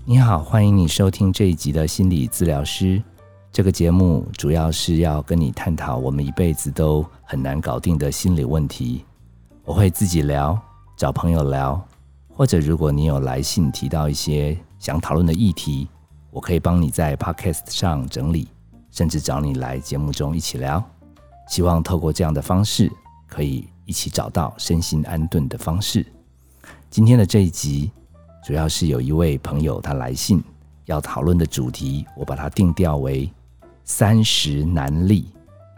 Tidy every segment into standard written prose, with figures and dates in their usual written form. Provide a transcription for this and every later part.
你好，欢迎你收听这一集的心理治疗师。这个节目主要是要跟你探讨我们一辈子都很难搞定的心理问题。我会自己聊，找朋友聊，或者如果你有来信提到一些想讨论的议题，我可以帮你在 Podcast 上整理，甚至找你来节目中一起聊。希望透过这样的方式，可以一起找到身心安顿的方式。今天的这一集主要是有一位朋友他来信要讨论的主题，我把它定调为30难历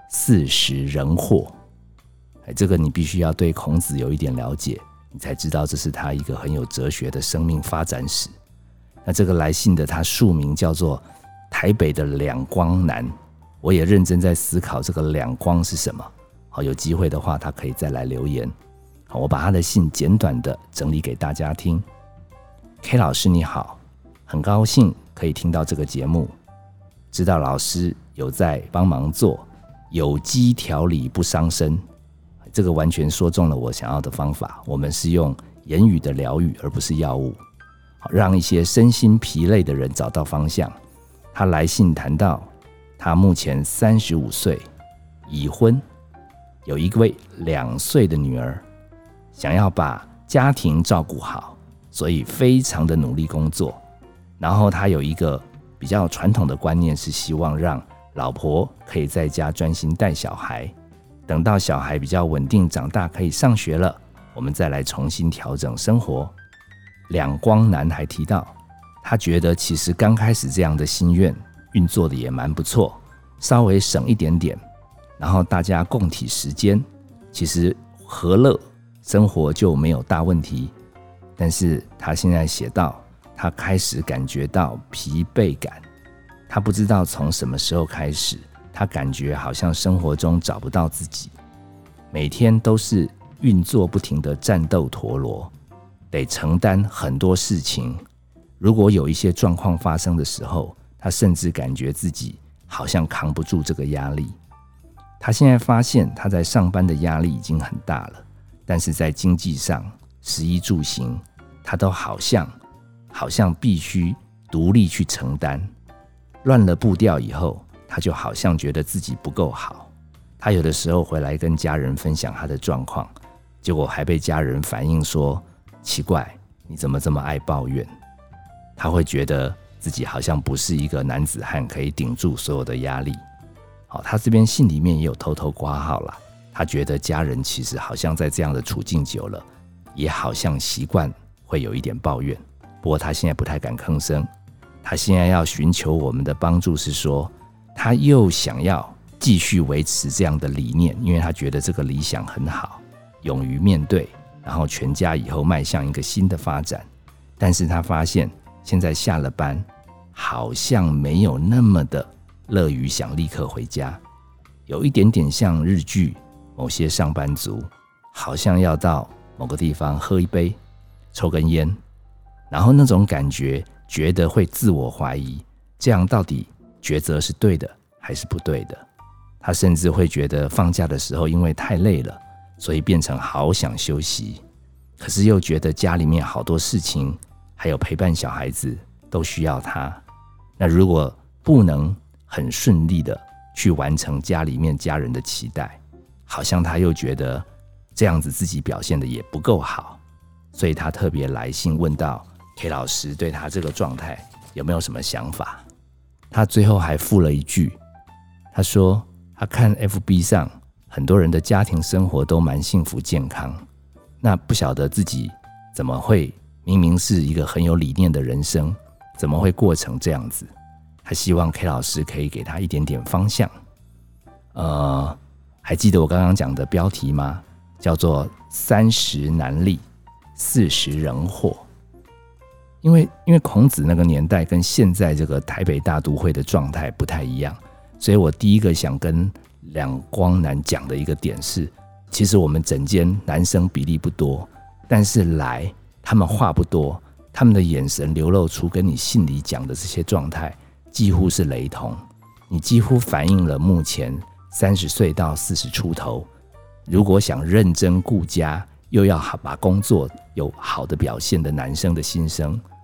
40人祸。这个你必须要对孔子有一点了解，你才知道这是他一个很有哲学的生命发展史。那这个来信的他署名叫做台北的两光男，我也认真在思考这个两光是什么。好，有机会的话他可以再来留言。好，我把他的信简短的整理给大家听。K 老师你好，很高兴可以听到这个节目，知道老师有在帮忙做有机调理不伤身，这个完全说中了我想要的方法。我们是用言语的疗愈而不是药物，让一些身心疲累的人找到方向。他来信谈到他目前35岁，已婚，有一位2岁的女儿，想要把家庭照顾好，所以非常的努力工作。然后他有一个比较传统的观念，是希望让老婆可以在家专心带小孩，等到小孩比较稳定长大可以上学了，我们再来重新调整生活。两光男还提到，他觉得其实刚开始这样的心愿运作的也蛮不错，稍微省一点点，然后大家共体时间，其实和乐生活就没有大问题。但是他现在写到，他开始感觉到疲惫感，他不知道从什么时候开始，他感觉好像生活中找不到自己，每天都是运作不停的战斗陀螺，得承担很多事情。如果有一些状况发生的时候，他甚至感觉自己好像扛不住这个压力。他现在发现他在上班的压力已经很大了，但是在经济上食衣住行他都好像必须独立去承担。乱了步调以后，他就好像觉得自己不够好。他有的时候回来跟家人分享他的状况，结果还被家人反映说，奇怪，你怎么这么爱抱怨？他会觉得自己好像不是一个男子汉可以顶住所有的压力。好，他这边信里面也有偷偷括号啦，他觉得家人其实好像在这样的处境久了，也好像习惯会有一点抱怨。不过他现在不太敢吭声，他现在要寻求我们的帮助，是说他又想要继续维持这样的理念，因为他觉得这个理想很好，勇于面对，然后全家以后迈向一个新的发展。但是他发现现在下了班好像没有那么的乐于想立刻回家，有一点点像日剧某些上班族好像要到某个地方喝一杯抽根烟，然后那种感觉觉得会自我怀疑，这样到底抉择是对的还是不对的。他甚至会觉得放假的时候因为太累了，所以变成好想休息，可是又觉得家里面好多事情还有陪伴小孩子都需要他。那如果不能很顺利的去完成家里面家人的期待，好像他又觉得这样子自己表现的也不够好，所以他特别来信问到 K 老师对他这个状态有没有什么想法。他最后还附了一句，他说他看 FB 上很多人的家庭生活都蛮幸福健康，那不晓得自己怎么会明明是一个很有理念的人生，怎么会过成这样子。他希望 K 老师可以给他一点点方向。还记得我刚刚讲的标题吗？叫做30难历40人祸。因为孔子那个年代跟现在这个台北大都会的状态不太一样，所以我第一个想跟两光男讲的一个点是，其实我们整间男生比例不多，但是他们话不多，他们的眼神流露出跟你信里讲的这些状态几乎是雷同。你几乎反映了目前30岁到40出头，如果想认真顾家又要把工作有好的表现的男生的心声。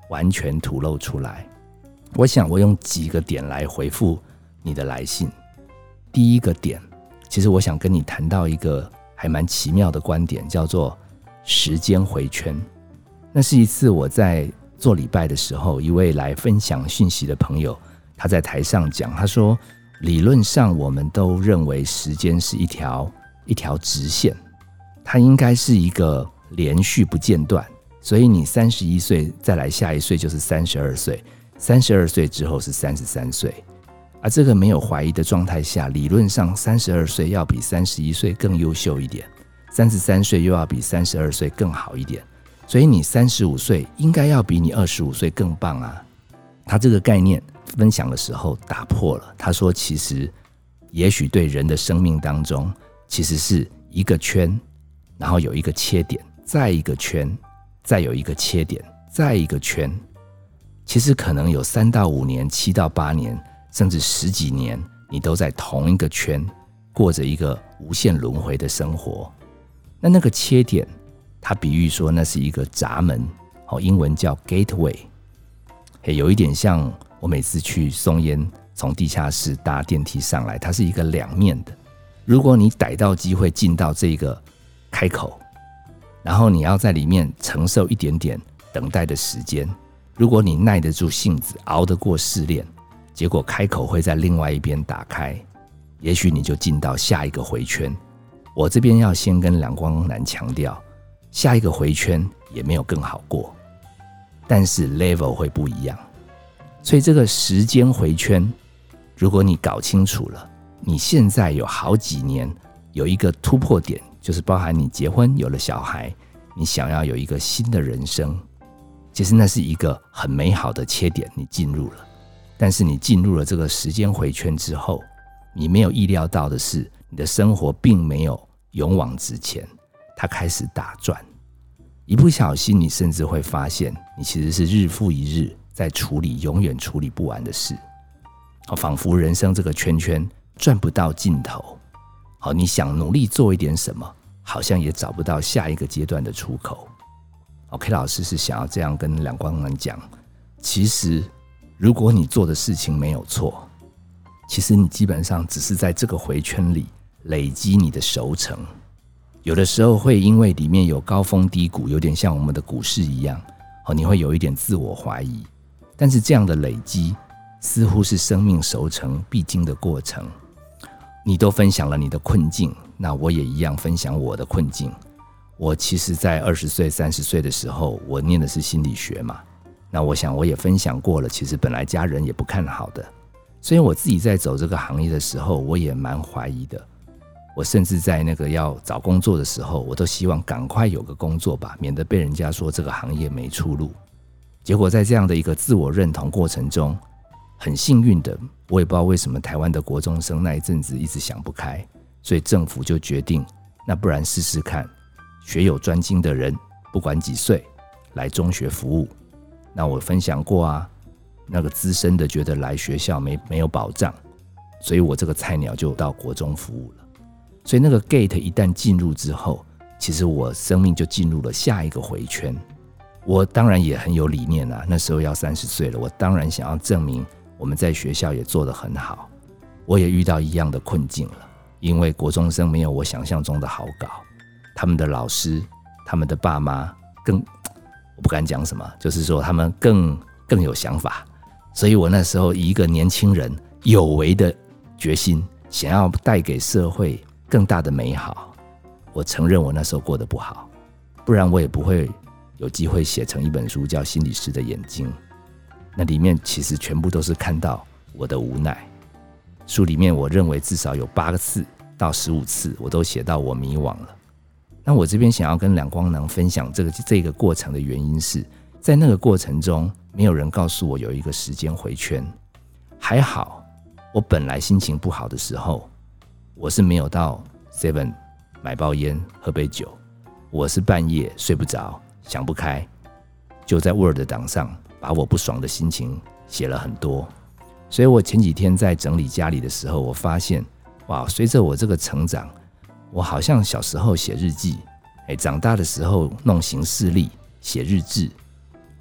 完全吐露出来。我想我用几个点来回复你的来信。第一个点，其实我想跟你谈到一个还蛮奇妙的观点，叫做时间回圈。那是一次我在做礼拜的时候，一位来分享讯息的朋友，他在台上讲，他说理论上我们都认为时间是一条直线，它应该是一个连续不间断，所以你31岁再来下一岁就是32岁，32岁之后是33岁，而这个没有怀疑的状态下，理论上32岁要比31岁更优秀一点，33岁又要比32岁更好一点，所以你35岁应该要比你25岁更棒啊。他这个概念分享的时候打破了，他说其实也许对人的生命当中，其实是一个圈，然后有一个切点，再一个圈，再有一个切点，再一个圈，其实可能有3到5年、7到8年，甚至10几年，你都在同一个圈过着一个无限轮回的生活。那个切点，他比喻说那是一个闸门，英文叫 gateway， 有一点像我每次去松烟从地下室搭电梯上来，它是一个两面的。如果你逮到机会进到这个开口，然后你要在里面承受一点点等待的时间，如果你耐得住性子，熬得过试炼，结果开口会在另外一边打开，也许你就进到下一个回圈。我这边要先跟梁光南强调，下一个回圈也没有更好过，但是 level 会不一样。所以这个时间回圈，如果你搞清楚了，你现在有好几年有一个突破点，就是包含你结婚有了小孩，你想要有一个新的人生，其实那是一个很美好的切点，你进入了。但是你进入了这个时间回圈之后，你没有意料到的是，你的生活并没有勇往直前，它开始打转。一不小心，你甚至会发现，你其实是日复一日在处理永远处理不完的事，仿佛人生这个圈圈转不到尽头。你想努力做一点什么，好像也找不到下一个阶段的出口。K 老师是想要这样跟梁光南讲，其实如果你做的事情没有错，其实你基本上只是在这个回圈里累积你的熟成。有的时候会因为里面有高峰低谷，有点像我们的股市一样，你会有一点自我怀疑，但是这样的累积似乎是生命熟成必经的过程。你都分享了你的困境，那我也一样分享我的困境。我其实在20岁30岁的时候，我念的是心理学嘛，那我想我也分享过了，其实本来家人也不看好的，所以我自己在走这个行业的时候，我也蛮怀疑的。我甚至在那个要找工作的时候，我都希望赶快有个工作吧，免得被人家说这个行业没出路。结果在这样的一个自我认同过程中，很幸运的，我也不知道为什么台湾的国中生那一阵子一直想不开，所以政府就决定，那不然试试看，学有专精的人不管几岁来中学服务。那我分享过啊，那个资深的觉得来学校没有保障，所以我这个菜鸟就到国中服务了。所以那个 gate 一旦进入之后，其实我生命就进入了下一个回圈。我当然也很有理念啊，那时候要30岁了，我当然想要证明我们在学校也做得很好。我也遇到一样的困境了，因为国中生没有我想象中的好搞，他们的老师他们的爸妈我不敢讲什么，就是说他们更有想法。所以我那时候以一个年轻人有为的决心，想要带给社会更大的美好。我承认我那时候过得不好，不然我也不会有机会写成一本书叫《心理师的眼睛》。那里面其实全部都是看到我的无奈。书里面我认为至少有8次到15次我都写到我迷惘了。那我这边想要跟梁光南分享这个过程的原因是，在那个过程中没有人告诉我有一个时间回圈。还好我本来心情不好的时候，我是没有到 7 买包烟喝杯酒，我是半夜睡不着想不开，就在 Word 档上把我不爽的心情写了很多。所以我前几天在整理家里的时候，我发现哇，随着我这个成长，我好像小时候写日记，长大的时候弄行事历写日志，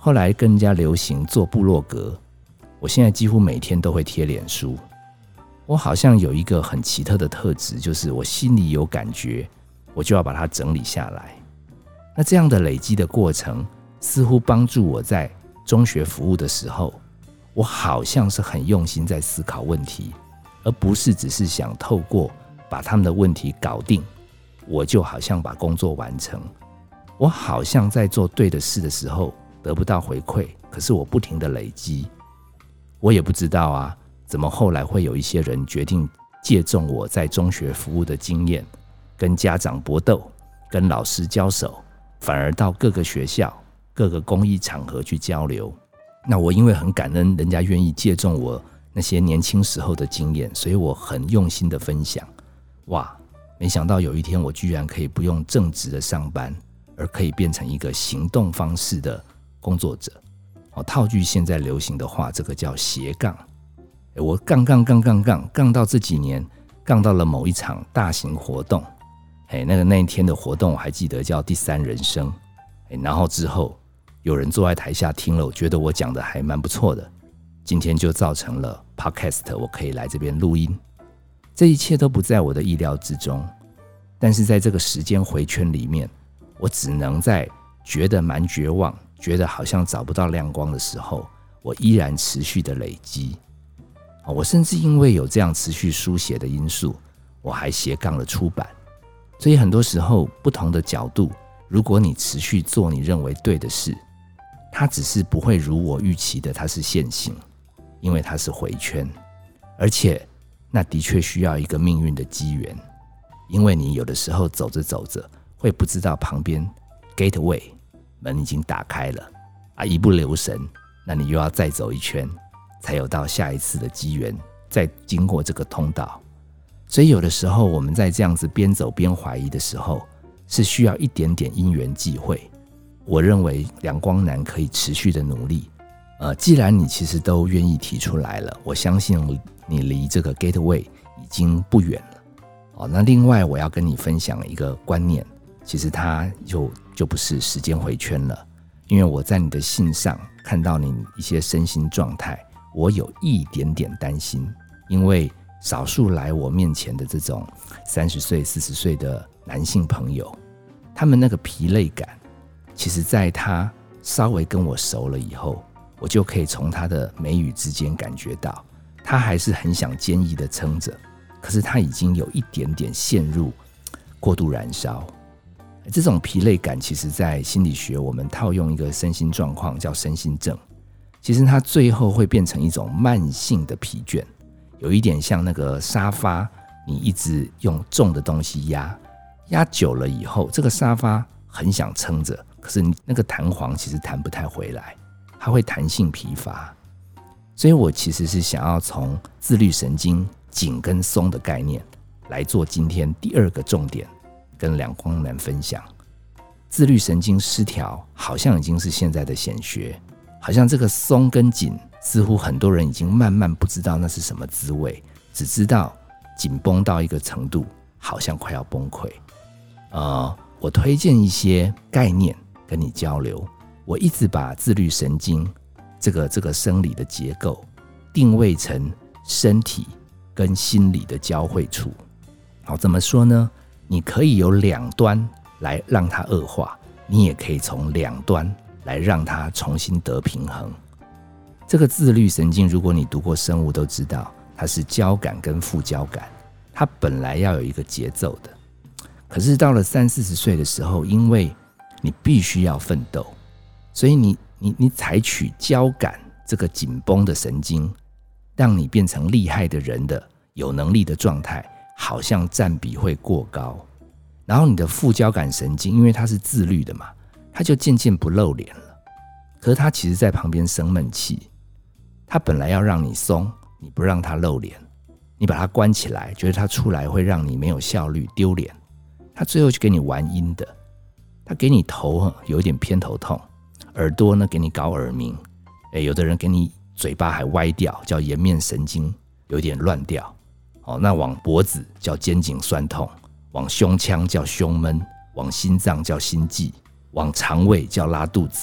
后来跟人家流行做部落格，我现在几乎每天都会贴脸书。我好像有一个很奇特的特质，就是我心里有感觉，我就要把它整理下来。那这样的累积的过程，似乎帮助我在中学服务的时候，我好像是很用心在思考问题，而不是只是想透过把他们的问题搞定，我就好像把工作完成。我好像在做对的事的时候得不到回馈，可是我不停的累积。我也不知道啊，怎么后来会有一些人决定借重我在中学服务的经验，跟家长搏斗，跟老师交手，反而到各个学校、各个公益场合去交流。那我因为很感恩人家愿意借重我那些年轻时候的经验，所以我很用心的分享。哇，没想到有一天我居然可以不用正职的上班，而可以变成一个行动方式的工作者。套句现在流行的话，这个叫斜杠。我杠到这几年，杠到了某一场大型活动。那一天的活动我还记得叫第三人生。然后之后有人坐在台下听了，我觉得我讲的还蛮不错的，今天就造成了 podcast 我可以来这边录音。这一切都不在我的意料之中，但是在这个时间回圈里面，我只能在觉得蛮绝望，觉得好像找不到亮光的时候，我依然持续的累积。我甚至因为有这样持续书写的因素，我还斜杠了出版。所以很多时候不同的角度，如果你持续做你认为对的事，它只是不会如我预期的它是线性，因为它是回圈，而且那的确需要一个命运的机缘，因为你有的时候走着走着会不知道旁边 gateway 门已经打开了一不留神，那你又要再走一圈，才有到下一次的机缘，再经过这个通道。所以有的时候我们在这样子边走边怀疑的时候，是需要一点点因缘际会。我认为梁光南可以持续的努力，既然你其实都愿意提出来了，我相信你离这个 gateway 已经不远了。那另外我要跟你分享一个观念，其实它就不是时间回圈了，因为我在你的信上看到你一些身心状态，我有一点点担心，因为少数来我面前的这种30岁、40岁的男性朋友，他们那个疲累感，其实在他稍微跟我熟了以后，我就可以从他的眉宇之间感觉到，他还是很想坚毅的撑着，可是他已经有一点点陷入过度燃烧。这种疲累感，其实在心理学我们套用一个身心状况叫身心症，其实它最后会变成一种慢性的疲倦，有一点像那个沙发，你一直用重的东西压久了以后，这个沙发很想撑着，可是你那个弹簧其实弹不太回来，它会弹性疲乏。所以我其实是想要从自律神经紧跟松的概念来做今天第二个重点，跟梁光南分享。自律神经失调好像已经是现在的显学，好像这个松跟紧似乎很多人已经慢慢不知道那是什么滋味，只知道紧绷到一个程度好像快要崩溃。我推荐一些概念跟你交流。我一直把自律神经这个生理的结构定位成身体跟心理的交汇处。好，怎么说呢？你可以有两端来让它恶化，你也可以从两端来让它重新得平衡。这个自律神经，如果你读过生物都知道，它是交感跟副交感，它本来要有一个节奏的。可是到了30-40岁的时候，因为你必须要奋斗，所以你采取交感这个紧绷的神经，让你变成厉害的人的有能力的状态，好像占比会过高。然后你的副交感神经，因为它是自律的嘛，它就渐渐不露脸了。可是它其实在旁边生闷气，它本来要让你松，你不让它露脸，你把它关起来，觉得它出来会让你没有效率丢脸，它最后就给你玩阴的，它给你头有点偏头痛，耳朵呢给你搞耳鸣，有的人给你嘴巴还歪掉，叫颜面神经有点乱掉。那往脖子叫肩颈酸痛，往胸腔叫胸闷，往心脏叫心悸，往肠胃叫拉肚子。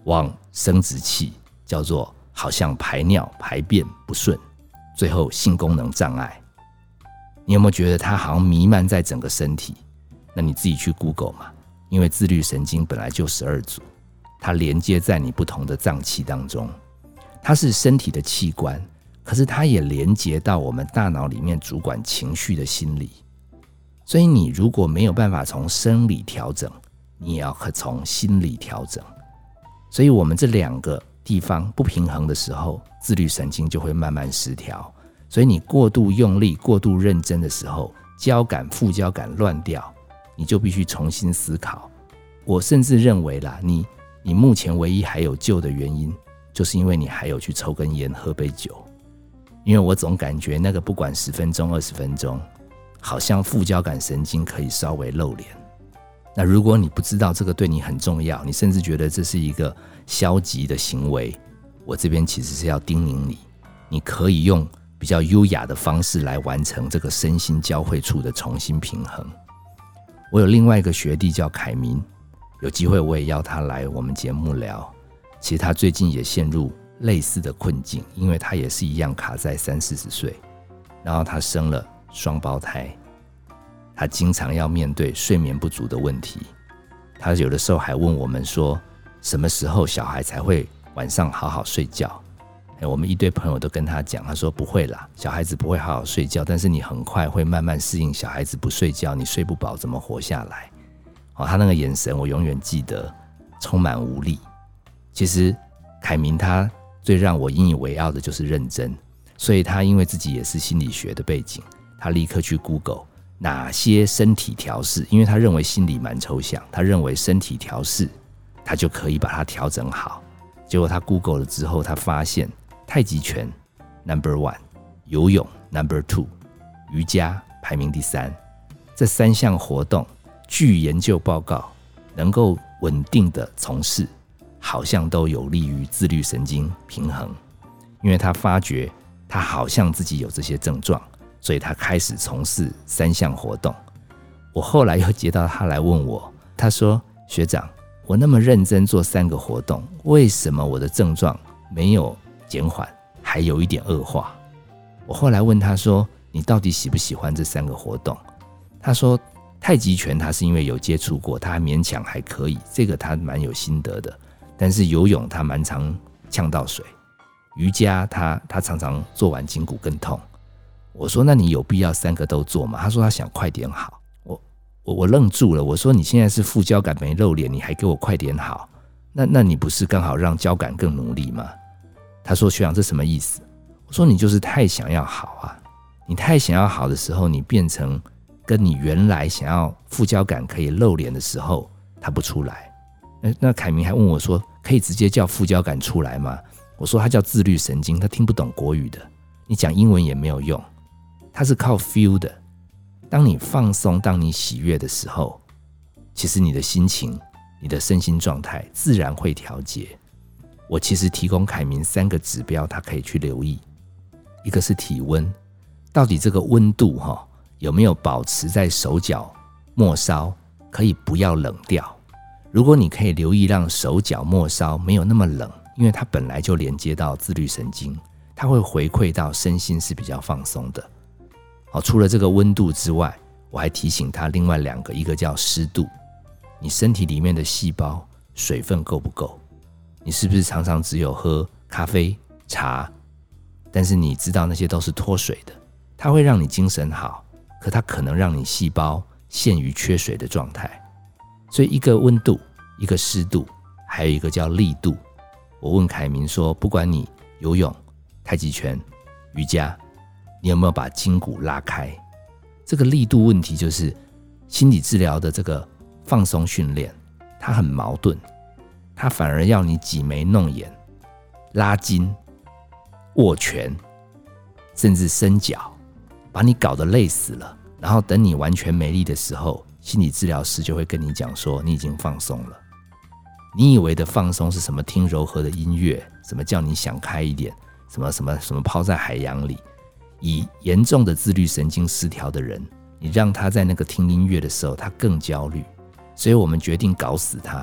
往生殖器，叫做好像排尿排便不顺，最后性功能障碍。你有没有觉得它好像弥漫在整个身体？那你自己去 Google 嘛，因为自律神经本来就12组，它连接在你不同的脏器当中，它是身体的器官，可是它也连接到我们大脑里面主管情绪的心理。所以你如果没有办法从生理调整，你也要从心理调整。所以我们这2个地方不平衡的时候，自律神经就会慢慢失调。所以你过度用力、过度认真的时候，交感、副交感乱掉，你就必须重新思考。我甚至认为啦，你目前唯一还有救的原因，就是因为你还有去抽根烟、喝杯酒。因为我总感觉那个不管10分钟、20分钟，好像副交感神经可以稍微露脸。那如果你不知道这个对你很重要，你甚至觉得这是一个消极的行为，我这边其实是要叮咛你，你可以用比较优雅的方式来完成这个身心交汇处的重新平衡。我有另外一个学弟叫凯明，有机会我也邀他来我们节目聊。其实他最近也陷入类似的困境，因为他也是一样卡在30-40岁，然后他生了双胞胎，他经常要面对睡眠不足的问题。他有的时候还问我们说，什么时候小孩才会晚上好好睡觉？我们一堆朋友都跟他讲，他说不会啦，小孩子不会好好睡觉，但是你很快会慢慢适应小孩子不睡觉，你睡不饱怎么活下来？他那个眼神我永远记得，充满无力。其实凯明他最让我引以为傲的就是认真，所以他因为自己也是心理学的背景，他立刻去 Google 哪些身体调试，因为他认为心理蛮抽象，他认为身体调试他就可以把它调整好。结果他 Google 了之后，他发现太极拳 No.1， 游泳 No.2， 瑜伽排名第3。这3项活动据研究报告能够稳定的从事，好像都有利于自律神经平衡。因为他发觉他好像自己有这些症状，所以他开始从事3项活动。我后来又接到他来问我，他说，学长，我那么认真做3个活动，为什么我的症状没有减缓，还有一点恶化？我后来问他说，你到底喜不喜欢这3个活动？他说太极拳他是因为有接触过，他还勉强还可以，这个他蛮有心得的。但是游泳他蛮常呛到水，瑜伽他常常做完筋骨更痛。我说那你有必要3个都做吗？他说他想快点好。我愣住了，我说你现在是副交感没露脸，你还给我快点好，那你不是刚好让交感更努力吗？他说学长这什么意思？我说你就是太想要好啊，你太想要好的时候，你变成跟你原来想要副交感可以露脸的时候它不出来。那凯明还问我说，可以直接叫副交感出来吗？我说他叫自律神经，他听不懂国语的，你讲英文也没有用，他是靠 feel 的。当你放松，当你喜悦的时候，其实你的心情，你的身心状态自然会调节。我其实提供凯明3个指标，他可以去留意。一个是体温，到底这个温度有没有保持在手脚末梢，可以不要冷掉。如果你可以留意让手脚末梢没有那么冷，因为它本来就连接到自律神经，它会回馈到身心是比较放松的。除了这个温度之外，我还提醒他另外2个，一个叫湿度，你身体里面的细胞水分够不够？你是不是常常只有喝咖啡、茶，但是你知道那些都是脱水的，它会让你精神好，可它可能让你细胞陷于缺水的状态。所以一个温度，一个湿度，还有一个叫力度。我问凯明说，不管你游泳、太极拳、瑜伽，你有没有把筋骨拉开？这个力度问题就是心理治疗的这个放松训练，它很矛盾，它反而要你挤眉弄眼、拉筋、握拳，甚至伸脚，把你搞得累死了。然后等你完全没力的时候，心理治疗师就会跟你讲说，你已经放松了。你以为的放松是什么？听柔和的音乐，什么叫你想开一点，什么抛在海洋里。以严重的自律神经失调的人，你让他在那个听音乐的时候，他更焦虑，所以我们决定搞死他。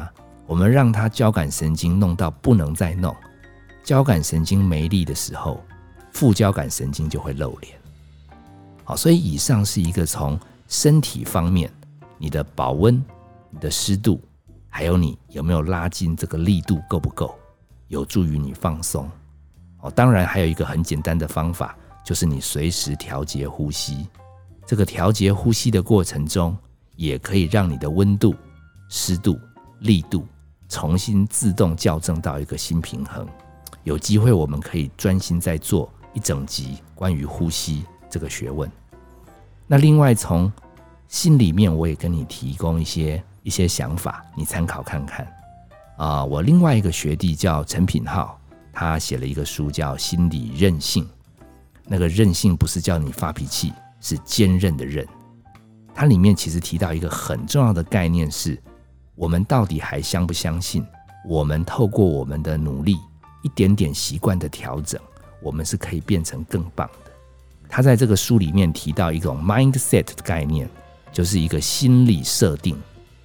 我们让它交感神经弄到不能再弄，交感神经没力的时候，副交感神经就会露脸。好，所以以上是一个从身体方面，你的保温、你的湿度，还有你有没有拉筋，这个力度够不够，有助于你放松。当然还有一个很简单的方法，就是你随时调节呼吸。这个调节呼吸的过程中，也可以让你的温度、湿度、力度重新自动校正到一个新平衡。有机会我们可以专心在做一整集关于呼吸这个学问。那另外从心里面我也跟你提供一些想法，你参考看看。我另外一个学弟叫陈品浩，他写了一个书叫《心理韧性》。那个韧性不是叫你发脾气，是坚韧的韧。它里面其实提到一个很重要的概念是，我们到底还相不相信，我们透过我们的努力，一点点习惯的调整，我们是可以变成更棒的。他在这个书里面提到一种 mindset 的概念，就是一个心理设定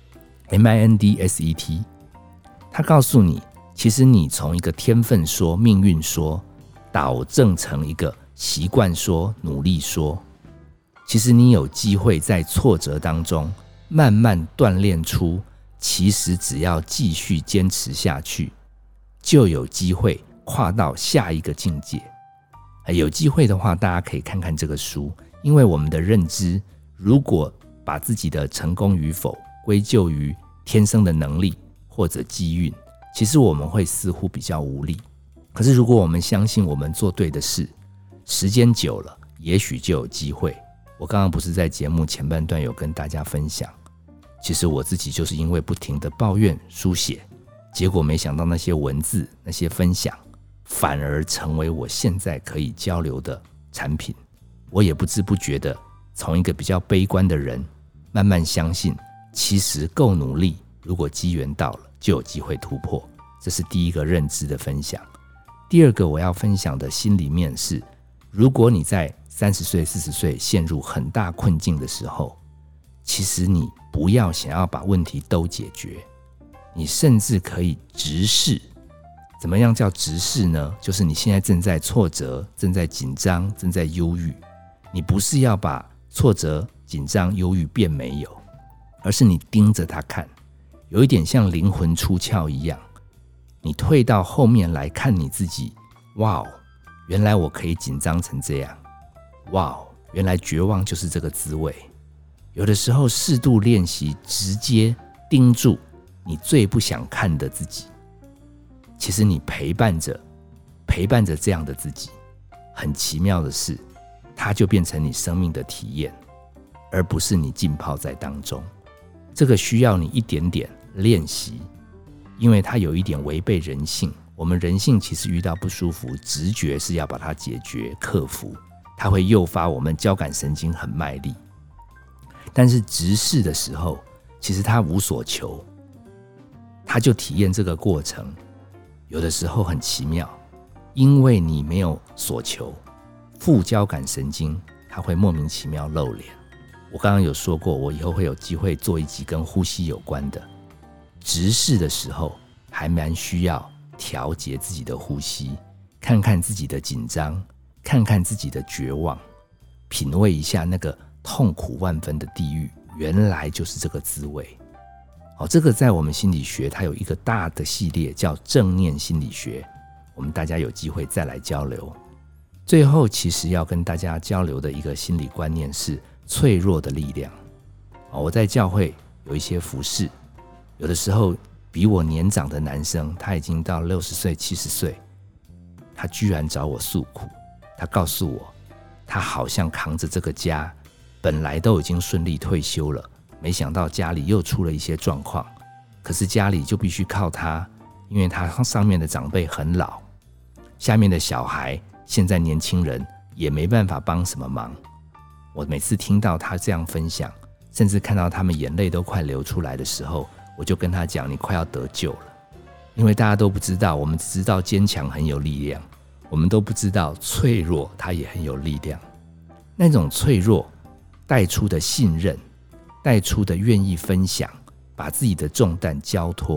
mindset。 他告诉你，其实你从一个天分说、命运说导正成一个习惯说、努力说，其实你有机会在挫折当中慢慢锻炼出，其实只要继续坚持下去，就有机会跨到下一个境界。有机会的话，大家可以看看这个书，因为我们的认知如果把自己的成功与否归咎于天生的能力或者机运，其实我们会似乎比较无力。可是如果我们相信我们做对的事，时间久了也许就有机会。我刚刚不是在节目前半段有跟大家分享，其实我自己就是因为不停的抱怨书写，结果没想到那些文字、那些分享反而成为我现在可以交流的产品。我也不知不觉的从一个比较悲观的人慢慢相信，其实够努力，如果机缘到了就有机会突破。这是第一个认知的分享。第二个我要分享的心里面是，如果你在30岁、40岁陷入很大困境的时候，其实你不要想要把问题都解决，你甚至可以直视。怎么样叫直视呢？就是你现在正在挫折、正在紧张、正在忧郁，你不是要把挫折、紧张、忧郁变没有，而是你盯着它看，有一点像灵魂出窍一样，你退到后面来看你自己。哇，原来我可以紧张成这样，哇，原来绝望就是这个滋味。有的时候适度练习，直接盯住你最不想看的自己，其实你陪伴着这样的自己，很奇妙的是，它就变成你生命的体验，而不是你浸泡在当中。这个需要你一点点练习，因为它有一点违背人性。我们人性其实遇到不舒服，直觉是要把它解决、克服，它会诱发我们交感神经很卖力。但是直视的时候，其实它无所求，它就体验这个过程。有的时候很奇妙，因为你没有所求，副交感神经它会莫名其妙露脸。我刚刚有说过，我以后会有机会做一集跟呼吸有关的。直视的时候还蛮需要调节自己的呼吸，看看自己的紧张，看看自己的绝望，品味一下那个痛苦万分的地狱，原来就是这个滋味。这个在我们心理学它有一个大的系列叫正念心理学，我们大家有机会再来交流。最后其实要跟大家交流的一个心理观念是脆弱的力量。我在教会有一些服事，有的时候比我年长的男生，他已经到60岁、70岁，他居然找我诉苦。他告诉我，他好像扛着这个家，本来都已经顺利退休了，没想到家里又出了一些状况，可是家里就必须靠他，因为他上面的长辈很老，下面的小孩现在年轻人也没办法帮什么忙。我每次听到他这样分享，甚至看到他们眼泪都快流出来的时候，我就跟他讲，你快要得救了。因为大家都不知道，我们只知道坚强很有力量，我们都不知道脆弱它也很有力量。那种脆弱带出的信任，带出的愿意分享，把自己的重担交托，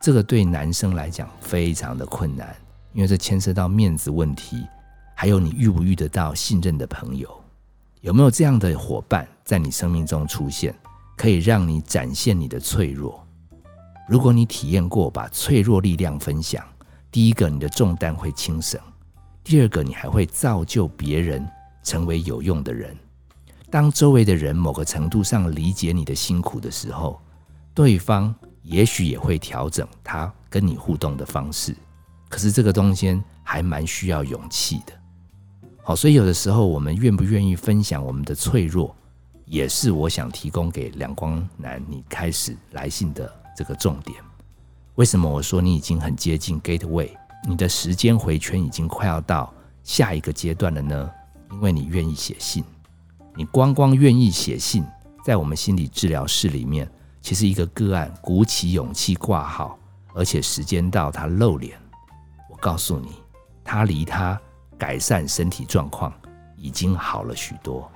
这个对男生来讲非常的困难，因为这牵涉到面子问题，还有你遇不遇得到信任的朋友，有没有这样的伙伴在你生命中出现，可以让你展现你的脆弱。如果你体验过把脆弱力量分享，第一个，你的重担会轻省；第二个，你还会造就别人成为有用的人。当周围的人某个程度上理解你的辛苦的时候，对方也许也会调整他跟你互动的方式。可是这个东西还蛮需要勇气的。好，所以有的时候我们愿不愿意分享我们的脆弱，也是我想提供给两光男你开始来信的这个重点。为什么我说你已经很接近 gateway， 你的时间回圈已经快要到下一个阶段了呢？因为你愿意写信。你光愿意写信，在我们心理治疗室里面，其实一个个案鼓起勇气挂号，而且时间到他露脸，我告诉你，他离他改善身体状况已经好了许多。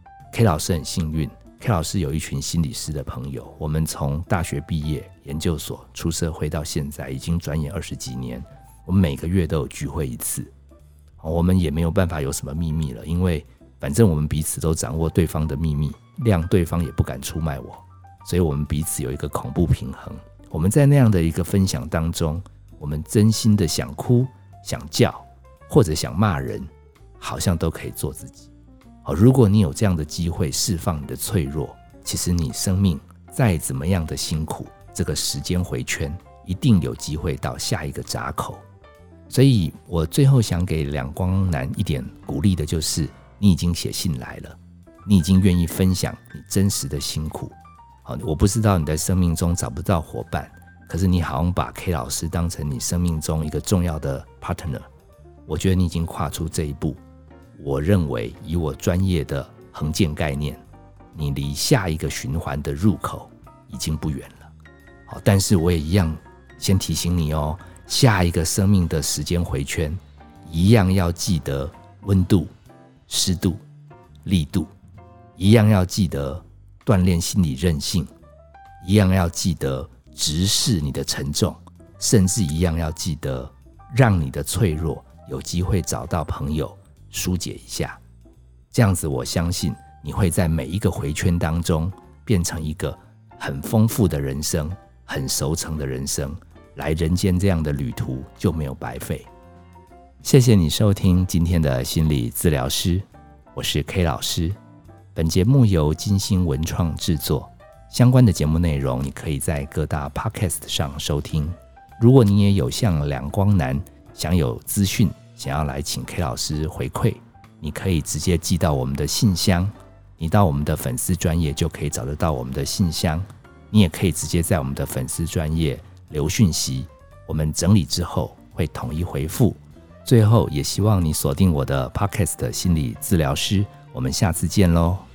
K 老师很幸运， K 老师有一群心理师的朋友，我们从大学毕业，研究所出社会到现在已经转眼20几年，我们每个月都有聚会一次。我们也没有办法有什么秘密了，因为反正我们彼此都掌握对方的秘密，让对方也不敢出卖我，所以我们彼此有一个恐怖平衡。我们在那样的一个分享当中，我们真心的想哭想叫或者想骂人，好像都可以做自己。如果你有这样的机会释放你的脆弱，其实你生命再怎么样的辛苦，这个时间回圈一定有机会到下一个闸口。所以我最后想给两光男一点鼓励的就是，你已经写信来了，你已经愿意分享你真实的辛苦。我不知道你在生命中找不到伙伴，可是你好像把 K 老师当成你生命中一个重要的 partner， 我觉得你已经跨出这一步。我认为以我专业的横件概念，你离下一个循环的入口已经不远了。但是我也一样先提醒你哦，下一个生命的时间回圈一样要记得温度、湿度、力度，一样要记得锻炼心理韧性，一样要记得直视你的沉重，甚至一样要记得让你的脆弱有机会找到朋友疏解一下。这样子我相信你会在每一个回圈当中变成一个很丰富的人生，很熟成的人生，来人间这样的旅途就没有白费。谢谢你收听今天的心理治疗师，我是 K 老师。本节目由金星文创制作，相关的节目内容你可以在各大 Podcast 上收听。如果你也有像两光男想有资讯，想要来请 K 老师回馈，你可以直接寄到我们的信箱，你到我们的粉丝专页就可以找得到我们的信箱。你也可以直接在我们的粉丝专页留讯息，我们整理之后会统一回复。最后也希望你锁定我的 Podcast 心理治疗师，我们下次见咯。